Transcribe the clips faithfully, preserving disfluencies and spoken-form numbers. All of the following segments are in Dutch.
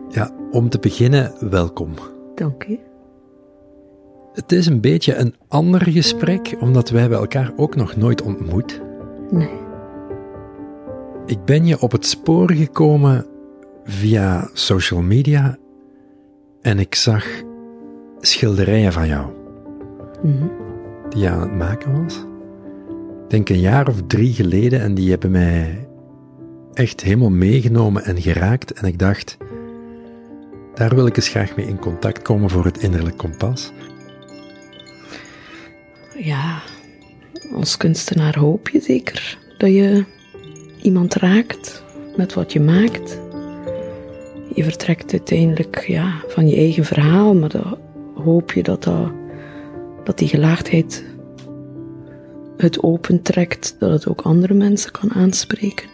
Ja, om te beginnen, welkom. Dank u. Het is een beetje een ander gesprek, omdat wij hebben elkaar ook nog nooit ontmoet. Nee. Ik ben je op het spoor gekomen via social media en ik zag schilderijen van jou, Mm-hmm. die je aan het maken was. Ik denk een jaar of drie geleden en die hebben mij echt helemaal meegenomen en geraakt en ik dacht, daar wil ik eens graag mee in contact komen voor het innerlijk kompas. Ja, als kunstenaar hoop je zeker dat je iemand raakt met wat je maakt. Je vertrekt uiteindelijk ja, van je eigen verhaal, maar dan hoop je dat, dat, dat die gelaagdheid het opentrekt, dat het ook andere mensen kan aanspreken.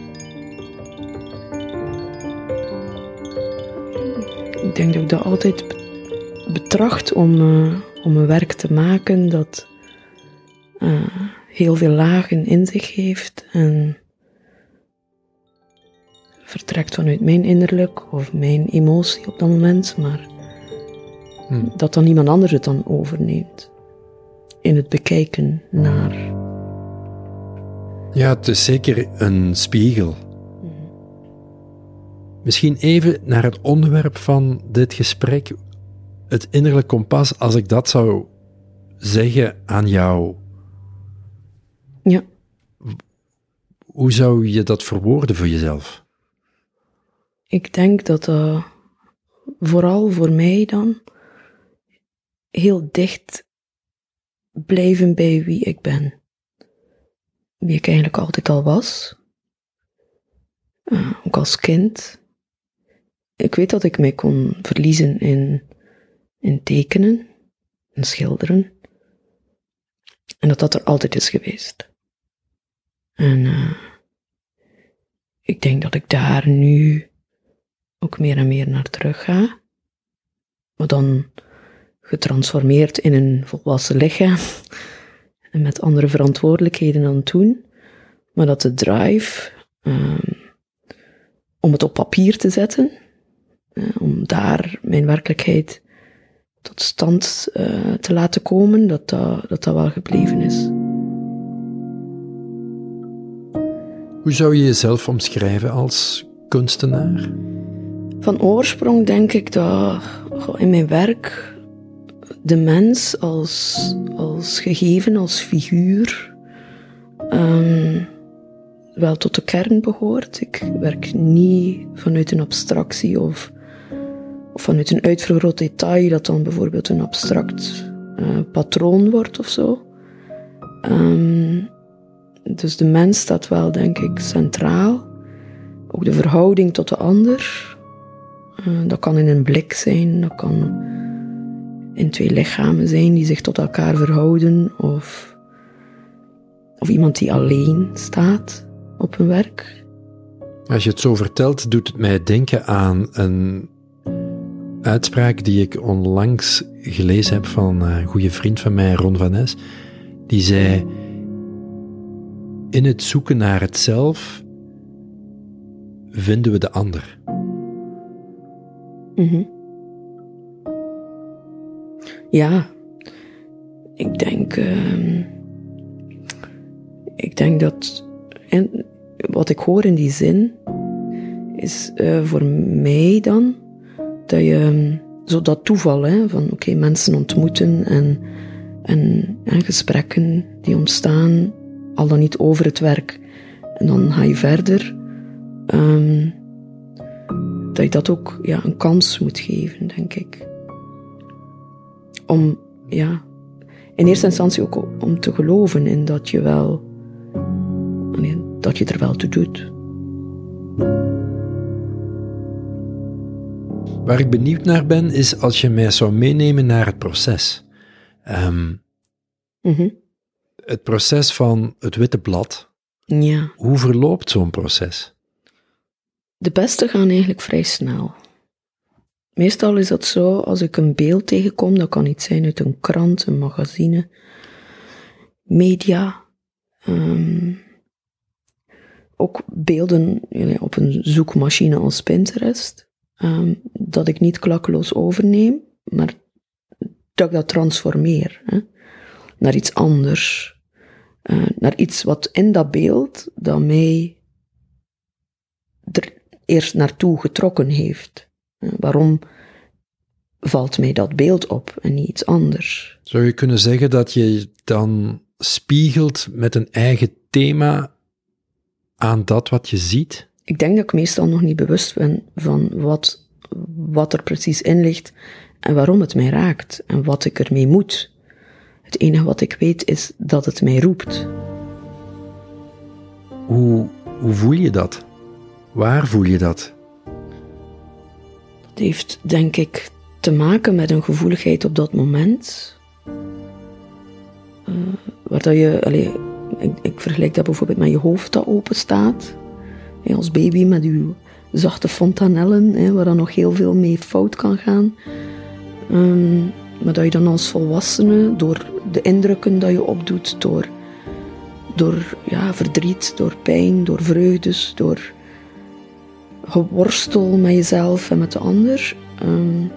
Ik denk dat ik dat altijd betracht om, uh, om een werk te maken dat uh, heel veel lagen in zich heeft en vertrekt vanuit mijn innerlijk of mijn emotie op dat moment, maar hmm. dat dan iemand anders het dan overneemt in het bekijken naar. Ja, het is zeker een spiegel. Misschien even naar het onderwerp van dit gesprek, het innerlijk kompas, als ik dat zou zeggen aan jou. Ja. Hoe zou je dat verwoorden voor jezelf? Ik denk dat uh, vooral voor mij dan heel dicht blijven bij wie ik ben. Wie ik eigenlijk altijd al was. Uh, ook als kind. Ik weet dat ik mij kon verliezen in, in tekenen, in schilderen. En dat dat er altijd is geweest. En uh, ik denk dat ik daar nu ook meer en meer naar terug ga. Maar dan getransformeerd in een volwassen lichaam. En met andere verantwoordelijkheden dan toen. Maar dat de drive uh, om het op papier te zetten. Uh, om daar mijn werkelijkheid tot stand uh, te laten komen, dat dat, dat dat wel gebleven is. Hoe zou je jezelf omschrijven als kunstenaar? Van oorsprong denk ik dat in mijn werk de mens als, als gegeven, als figuur, um, wel tot de kern behoort. Ik werk niet vanuit een abstractie of Of vanuit een uitvergroot detail dat dan bijvoorbeeld een abstract uh, patroon wordt of zo. Um, dus de mens staat wel, denk ik, centraal. Ook de verhouding tot de ander. Uh, dat kan in een blik zijn, dat kan in twee lichamen zijn die zich tot elkaar verhouden. Of, of iemand die alleen staat op een werk. Als je het zo vertelt, doet het mij denken aan een uitspraak die ik onlangs gelezen heb van een goede vriend van mij, Ron van Es. Die zei, in het zoeken naar het zelf vinden we de ander. Mm-hmm. Ja, ik denk, uh, ik denk dat, en wat ik hoor in die zin, is uh, voor mij dan, dat je, zo dat toeval, hè, van oké, okay, mensen ontmoeten en, en, en gesprekken die ontstaan, al dan niet over het werk. En dan ga je verder, um, dat je dat ook ja, een kans moet geven, denk ik. Om, ja, in eerste instantie ook om te geloven in dat je wel, nee, dat je er wel toe doet. Waar ik benieuwd naar ben, is als je mij zou meenemen naar het proces. Um, mm-hmm. Het proces van het witte blad. Ja. Hoe verloopt zo'n proces? De beste gaan eigenlijk vrij snel. Meestal is dat zo, als ik een beeld tegenkom, dat kan iets zijn uit een krant, een magazine, media, um, ook beelden op een zoekmachine als Pinterest. Um, dat ik niet klakkeloos overneem, maar dat ik dat transformeer. Hè, naar iets anders. Uh, naar iets wat in dat beeld, dat mij er eerst naartoe getrokken heeft. Uh, waarom valt mij dat beeld op en niet iets anders? Zou je kunnen zeggen dat je dan spiegelt met een eigen thema aan dat wat je ziet? Ik denk dat ik meestal nog niet bewust ben van wat, wat er precies in ligt en waarom het mij raakt en wat ik ermee moet. Het enige wat ik weet is dat het mij roept. Hoe, hoe voel je dat? Waar voel je dat? Het heeft, denk ik, te maken met een gevoeligheid op dat moment. Uh, waar dat je, allee, ik, ik vergelijk dat bijvoorbeeld met je hoofd dat open staat. Hey, als baby met je zachte fontanellen, hey, waar dan nog heel veel mee fout kan gaan. Um, maar dat je dan als volwassene, door de indrukken dat je opdoet, door, door ja, verdriet, door pijn, door vreugdes, door geworstel met jezelf en met de ander, um,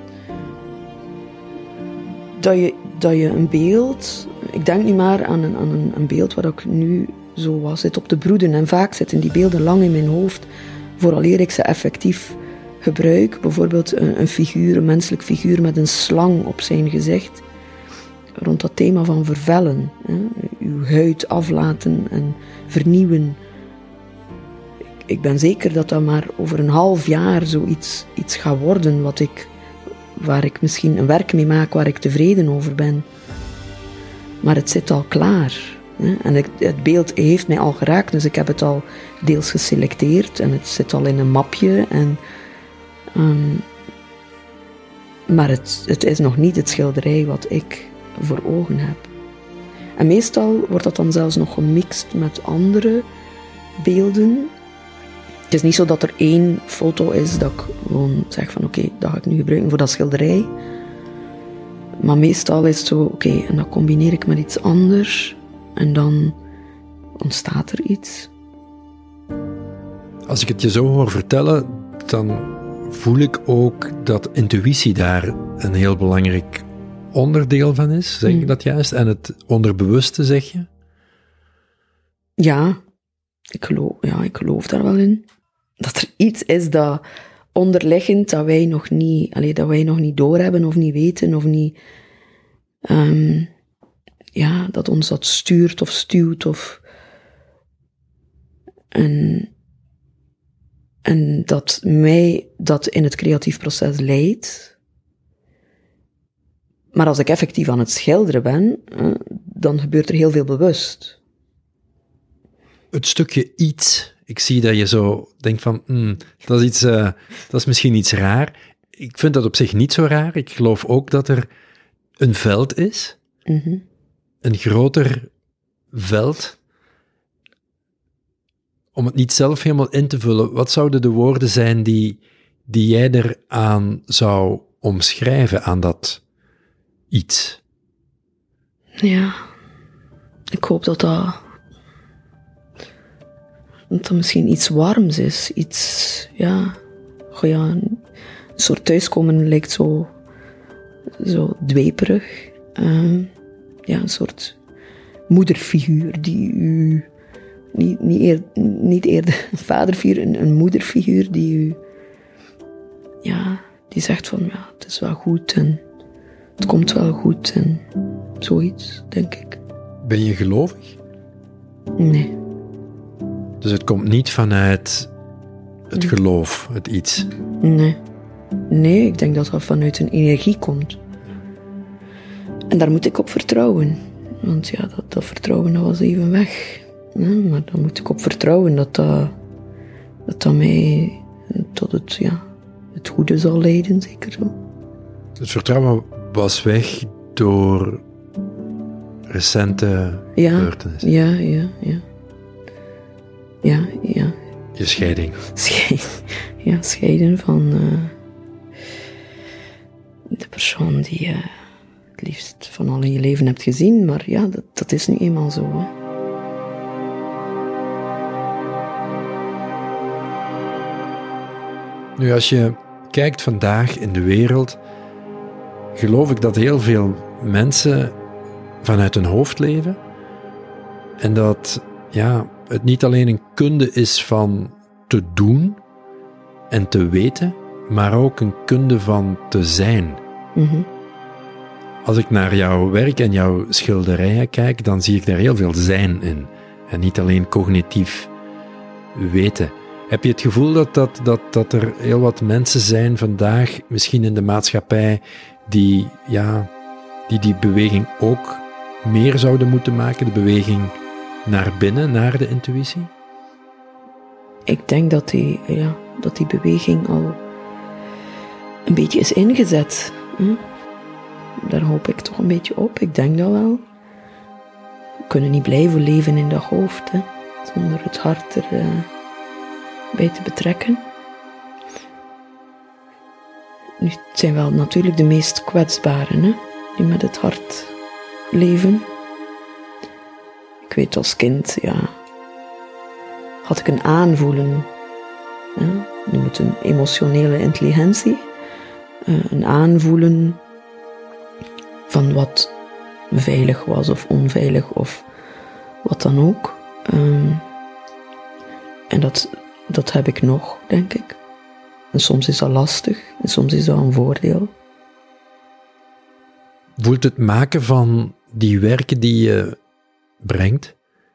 dat je, dat je een beeld, ik denk niet maar aan een, aan een, een beeld waar ik nu zo was, zit op te broeden. En vaak zitten die beelden lang in mijn hoofd, vooraleer ik ze effectief gebruik. Bijvoorbeeld een, een figuur, een menselijk figuur met een slang op zijn gezicht. Rond dat thema van vervellen. Hè? Uw huid aflaten en vernieuwen. Ik, ik ben zeker dat dat maar over een half jaar zoiets iets gaat worden wat ik, waar ik misschien een werk mee maak waar ik tevreden over ben. Maar het zit al klaar. Hè? En het, het beeld heeft mij al geraakt, dus ik heb het al deels geselecteerd en het zit al in een mapje. En, um, maar het, het is nog niet het schilderij wat ik voor ogen heb. En meestal wordt dat dan zelfs nog gemixt met andere beelden. Het is niet zo dat er één foto is dat ik gewoon zeg van oké, okay, dat ga ik nu gebruiken voor dat schilderij. Maar meestal is het zo, oké, okay, en dat combineer ik met iets anders en dan ontstaat er iets. Als ik het je zo hoor vertellen, dan voel ik ook dat intuïtie daar een heel belangrijk onderdeel van is. Zeg ik dat juist? En het onderbewuste, zeg je? Ja, ik geloof, ja, ik geloof daar wel in. Dat er iets is dat onderliggend, dat wij nog niet, allee, dat wij nog niet doorhebben of niet weten of niet, um, ja, dat ons dat stuurt of stuwt of, en, en dat mij dat in het creatief proces leidt. Maar als ik effectief aan het schilderen ben, uh, dan gebeurt er heel veel bewust. Het stukje iets. Ik zie dat je zo denkt van, mm, dat is iets, uh, dat is misschien iets raar. Ik vind dat op zich niet zo raar. Ik geloof ook dat er een veld is. Mm-hmm. Een groter veld. Om het niet zelf helemaal in te vullen, wat zouden de woorden zijn die, die jij eraan zou omschrijven aan dat iets? Ja, ik hoop dat dat, dat dat misschien iets warms is. Iets, ja, goh ja, een soort thuiskomen lijkt zo, zo dweperig. Uh, ja, een soort moederfiguur die u, niet, niet, eer, niet eerder een vaderfiguur, een, een moederfiguur die u, ja, die zegt van, ja, het is wel goed en het komt wel goed en zoiets, denk ik. Ben je gelovig? Nee. Dus het komt niet vanuit het geloof, het iets? Nee. Nee, ik denk dat dat vanuit een energie komt. En daar moet ik op vertrouwen. Want ja, dat, dat vertrouwen dat was even weg. Ja, maar dan moet ik op vertrouwen dat dat, dat, dat mij tot het, ja, het goede zal leiden, zeker zo. Het vertrouwen was weg door recente ja, gebeurtenissen. Ja, ja, ja. Ja, ja. Je scheiding. Scheiden, ja, scheiden van uh, de persoon die je het liefst van al in je leven hebt gezien. Maar ja, dat, dat is nu eenmaal zo. Hè. Nu, als je kijkt vandaag in de wereld, geloof ik dat heel veel mensen vanuit hun hoofd leven. En dat ja, het niet alleen een kunde is van te doen en te weten, maar ook een kunde van te zijn. Mm-hmm. Als ik naar jouw werk en jouw schilderijen kijk, dan zie ik daar heel veel zijn in. En niet alleen cognitief weten. Heb je het gevoel dat, dat, dat, dat er heel wat mensen zijn vandaag, misschien in de maatschappij, die ja, die, die beweging ook meer zouden moeten maken, de beweging naar binnen, naar de intuïtie? Ik denk dat die, ja, dat die beweging al een beetje is ingezet. Hm? Daar hoop ik toch een beetje op. Ik denk dat wel. We kunnen niet blijven leven in dat hoofd, hè, zonder het hart er uh, bij te betrekken. Nu, het zijn wel natuurlijk de meest kwetsbaren, hè, die met het hart leven. Ik weet als kind, ja, had ik een aanvoelen, hè, noem het een emotionele intelligentie, uh, een aanvoelen van wat veilig was of onveilig of wat dan ook. Um, en dat, dat heb ik nog, denk ik. En soms is dat lastig en soms is dat een voordeel. Voelt het maken van die werken die je brengt,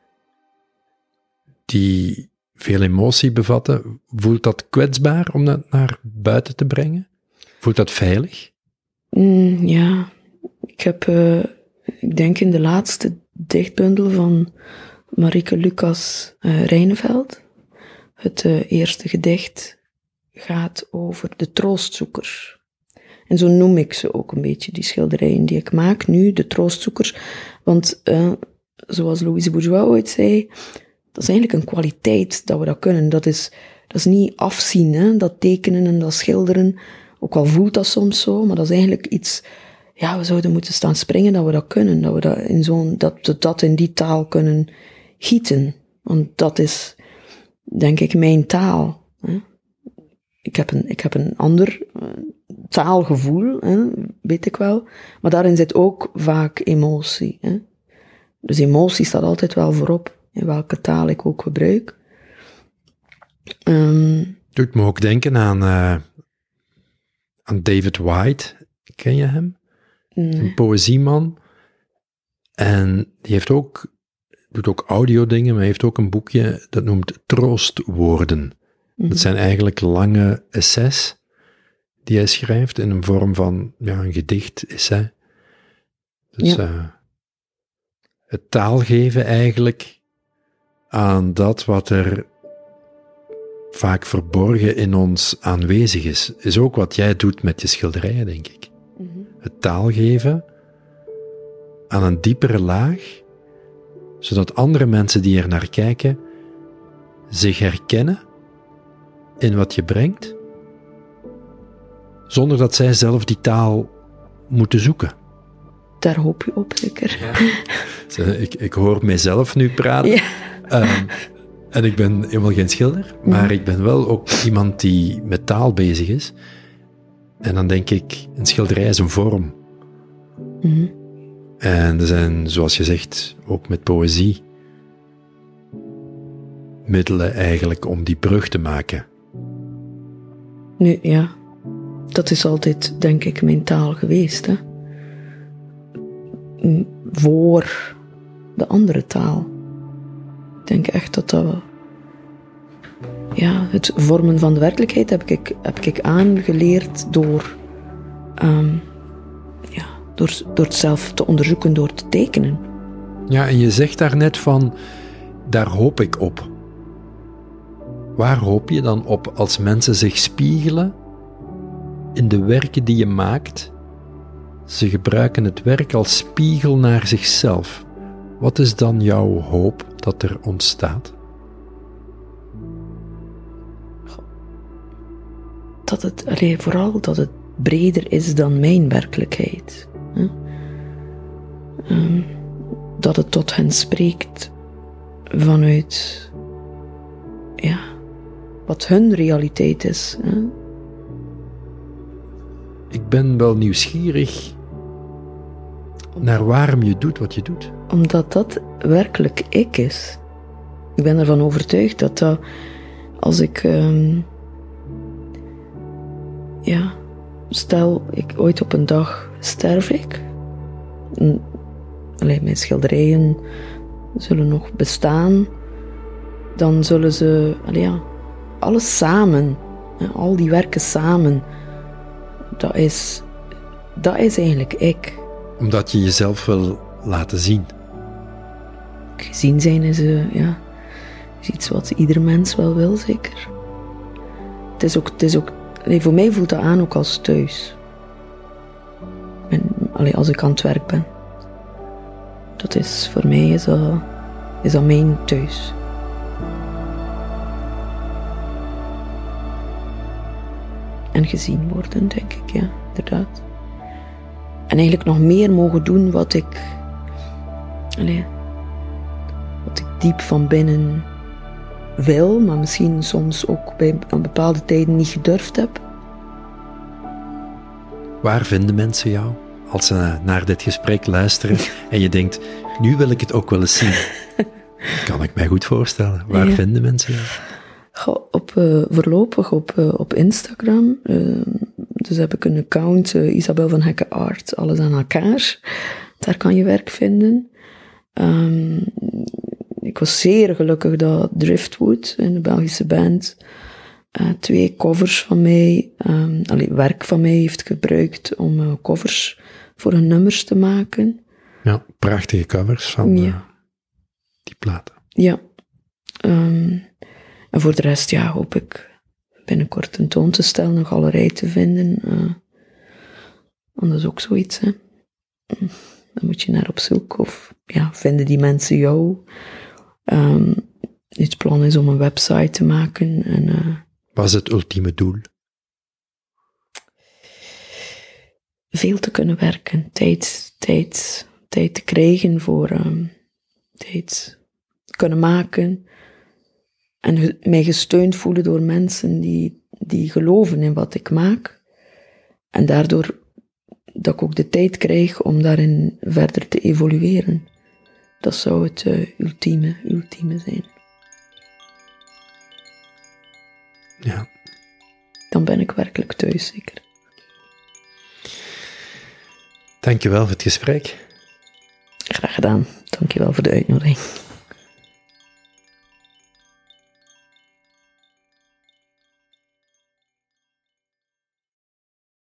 die veel emotie bevatten, voelt dat kwetsbaar om dat naar buiten te brengen? Voelt dat veilig? Mm, ja, ik heb, uh, ik denk in de laatste dichtbundel van Marieke Lucas uh, Rijneveld, het uh, eerste gedicht gaat over de troostzoekers. En zo noem ik ze ook een beetje, die schilderijen die ik maak nu, de troostzoekers. Want uh, zoals Louise Bourgeois ooit zei, dat is eigenlijk een kwaliteit dat we dat kunnen. Dat is, dat is niet afzien, hè? Dat tekenen en dat schilderen. Ook al voelt dat soms zo, maar dat is eigenlijk iets, ja, we zouden moeten staan springen dat we dat kunnen. Dat we dat in, zo'n, dat, we dat in die taal kunnen gieten. Want dat is, denk ik, mijn taal. Hè? Ik heb een, ik heb een ander uh, taalgevoel, hè, weet ik wel. Maar daarin zit ook vaak emotie. Hè. Dus emotie staat altijd wel voorop, in welke taal ik ook gebruik. Um, Doet me ook denken aan, uh, aan David Whyte. Ken je hem? Nee. Een poëzieman. En die heeft ook, doet ook audio-dingen, maar hij heeft ook een boekje dat noemt Troostwoorden. Dat zijn eigenlijk lange essays die hij schrijft in een vorm van ja, een gedicht-essay. Dus ja. uh, het taal geven eigenlijk aan dat wat er vaak verborgen in ons aanwezig is, is ook wat jij doet met je schilderijen, denk ik. Mm-hmm. Het taal geven aan een diepere laag, zodat andere mensen die er naar kijken zich herkennen in wat je brengt, zonder dat zij zelf die taal moeten zoeken. Daar hoop je op, zeker. Ja. ik, ik hoor mijzelf nu praten. Ja. Um, en ik ben helemaal geen schilder, maar mm. ik ben wel ook iemand die met taal bezig is. En dan denk ik, een schilderij is een vorm. Mm. En er zijn, zoals je zegt, ook met poëzie, middelen eigenlijk om die brug te maken. Nu, ja, dat is altijd, denk ik, mijn taal geweest, hè. Voor de andere taal. Ik denk echt dat dat... Ja, het vormen van de werkelijkheid heb ik, heb ik aangeleerd door... Um, ja, door, door het zelf te onderzoeken, door te tekenen. Ja, en je zegt daarnet van, daar hoop ik op. Waar hoop je dan op als mensen zich spiegelen in de werken die je maakt? Ze gebruiken het werk als spiegel naar zichzelf. Wat is dan jouw hoop dat er ontstaat? Dat het, allee, vooral dat het breder is dan mijn werkelijkheid. Hè? Um, dat het tot hen spreekt vanuit... Ja... wat hun realiteit is. Hè? ik ben wel nieuwsgierig naar waarom je doet wat je doet. Omdat dat werkelijk ik is. Ik ben ervan overtuigd dat dat, als ik, um, ja, stel, ik ooit op een dag sterf ik. Allee, mijn schilderijen zullen nog bestaan. Dan zullen ze, allee, ja, alles samen, hè, al die werken samen, dat is, dat is eigenlijk ik. Omdat je jezelf wil laten zien. Gezien zijn is, uh, ja, is iets wat ieder mens wel wil, zeker. Het is ook, het is ook, allee, voor mij voelt dat aan ook als thuis. En, allee, als ik aan het werk ben. Dat is, voor mij is dat, is dat mijn thuis. En gezien worden, denk ik, ja, inderdaad. En eigenlijk nog meer mogen doen wat ik, allee, wat ik diep van binnen wil, maar misschien soms ook bij bepaalde tijden niet gedurfd heb. Waar vinden mensen jou als ze naar dit gesprek luisteren en je denkt, nu wil ik het ook wel eens zien? Kan ik mij goed voorstellen. Waar ja. vinden mensen jou? Goh, op, uh, voorlopig op, uh, op Instagram. Uh, dus heb ik een account, uh, Isabel van Hekke Art, alles aan elkaar. Daar kan je werk vinden. Um, ik was zeer gelukkig dat Driftwood, een Belgische band, uh, twee covers van mij, um, allee, werk van mij heeft gebruikt om uh, covers voor hun nummers te maken. Ja, prachtige covers van ja. uh, die platen. Ja. Um, en voor de rest, ja, hoop ik binnenkort tentoon te stellen, een galerij te vinden. Uh, en dat is ook zoiets, hè. Dan moet je naar op zoek. Of ja, vinden die mensen jou? Um, het plan is om een website te maken. En, uh, wat is het ultieme doel? Veel te kunnen werken. Tijd, tijd, tijd te krijgen voor um, tijd te kunnen maken. En mij gesteund voelen door mensen die, die geloven in wat ik maak. En daardoor dat ik ook de tijd krijg om daarin verder te evolueren. Dat zou het uh, ultieme, ultieme zijn. Ja. Dan ben ik werkelijk thuis, zeker. Dankjewel voor het gesprek. Graag gedaan. Dankjewel voor de uitnodiging.